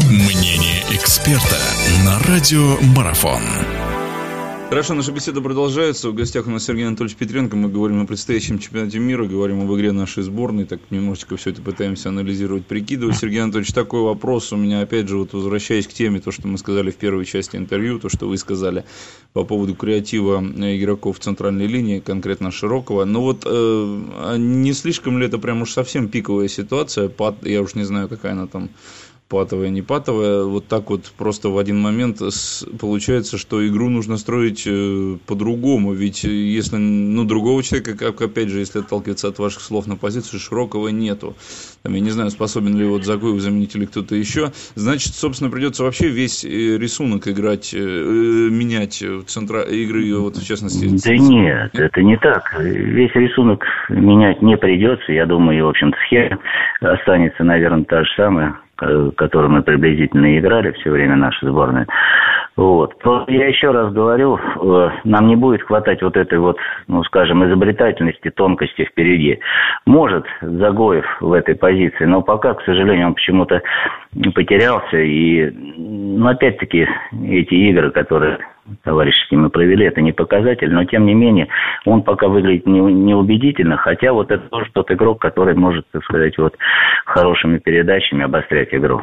Мнение эксперта на радио Марафон. Хорошо, наша беседа продолжается. В гостях у нас Сергей Анатольевич Петренко. Мы говорим о предстоящем чемпионате мира, говорим об игре нашей сборной. Так немножечко все это пытаемся анализировать, прикидывать. Сергей Анатольевич, такой вопрос у меня, опять же, вот возвращаясь к теме, то, что мы сказали в первой части интервью, то, что вы сказали по поводу креатива игроков центральной линии, конкретно Широкова. Но вот не слишком ли это прям уж совсем пиковая ситуация? Я уж не знаю, какая она там, патовая, не патовая, вот так вот просто в один момент получается, что игру нужно строить по-другому, ведь если, другого человека, как опять же, если отталкиваться от ваших слов на позицию, Широкого нету, там, я не знаю, способен ли вот Загоев заменить или кто-то еще, значит, собственно, придется вообще весь рисунок играть, менять игры, вот в частности. Да нет, это не так, весь рисунок менять не придется, я думаю, в общем-то, схема останется, наверное, та же самая, которую мы приблизительно играли все время наша сборная. Вот. Я еще раз говорю, нам не будет хватать вот этой вот, скажем, изобретательности, тонкости впереди. Может Загоев в этой позиции, но пока, к сожалению, он почему-то потерялся. И, опять-таки, эти игры, которые товарищески мы провели, это не показатель, но, тем не менее, он пока выглядит неубедительно, хотя вот это тоже тот игрок, который может, так сказать, вот хорошими передачами обострять игру.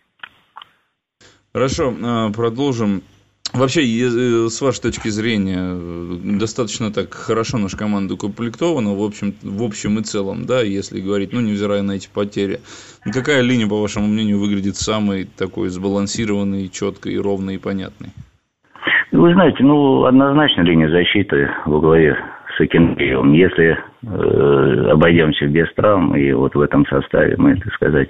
Хорошо, продолжим. Вообще, с вашей точки зрения, достаточно так хорошо наша команда укомплектована, в общем и целом, да, если говорить, невзирая на эти потери. Какая линия, по вашему мнению, выглядит самой такой сбалансированной, четкой, ровной и понятной? Вы знаете, однозначно линия защиты во главе с Акинфеевым. Если обойдемся без травм, и вот в этом составе мы, так сказать,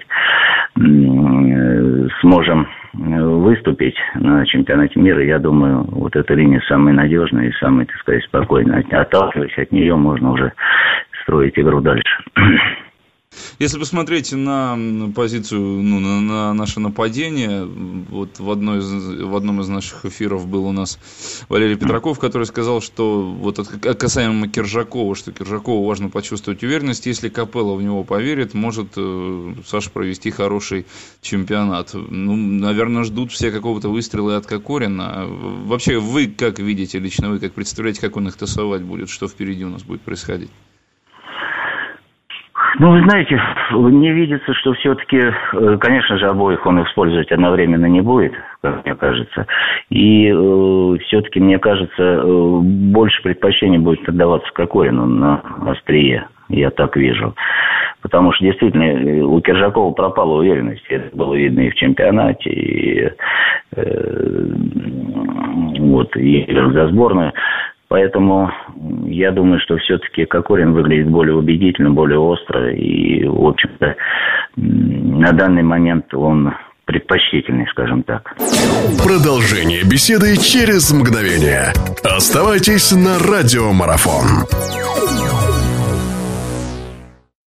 сможем выступить на чемпионате мира, я думаю, вот эта линия самая надежная и самая, так сказать, спокойная. Отталкиваясь от нее, можно уже строить игру дальше. Если посмотреть на позицию, на наше нападение, вот в одном из наших эфиров был у нас Валерий Петраков, который сказал, что вот касаемо Киржакова, что Киржакову важно почувствовать уверенность, если Капелло в него поверит, может Саша провести хороший чемпионат. Наверное, ждут все какого-то выстрела от Кокорина. Вообще, вы как видите, лично вы как представляете, как он их тасовать будет, что впереди у нас будет происходить? Вы знаете, мне видится, что все-таки, конечно же, обоих он использовать одновременно не будет, как мне кажется. И все-таки, мне кажется, больше предпочтений будет отдаваться Кокорину на острие. Я так вижу. Потому что, действительно, у Киржакова пропала уверенность. Это было видно и в чемпионате, и за сборную. Поэтому я думаю, что все-таки Кокорин выглядит более убедительно, более остро. И, в общем-то, на данный момент он предпочтительный, скажем так. Продолжение беседы через мгновение. Оставайтесь на радио Марафон.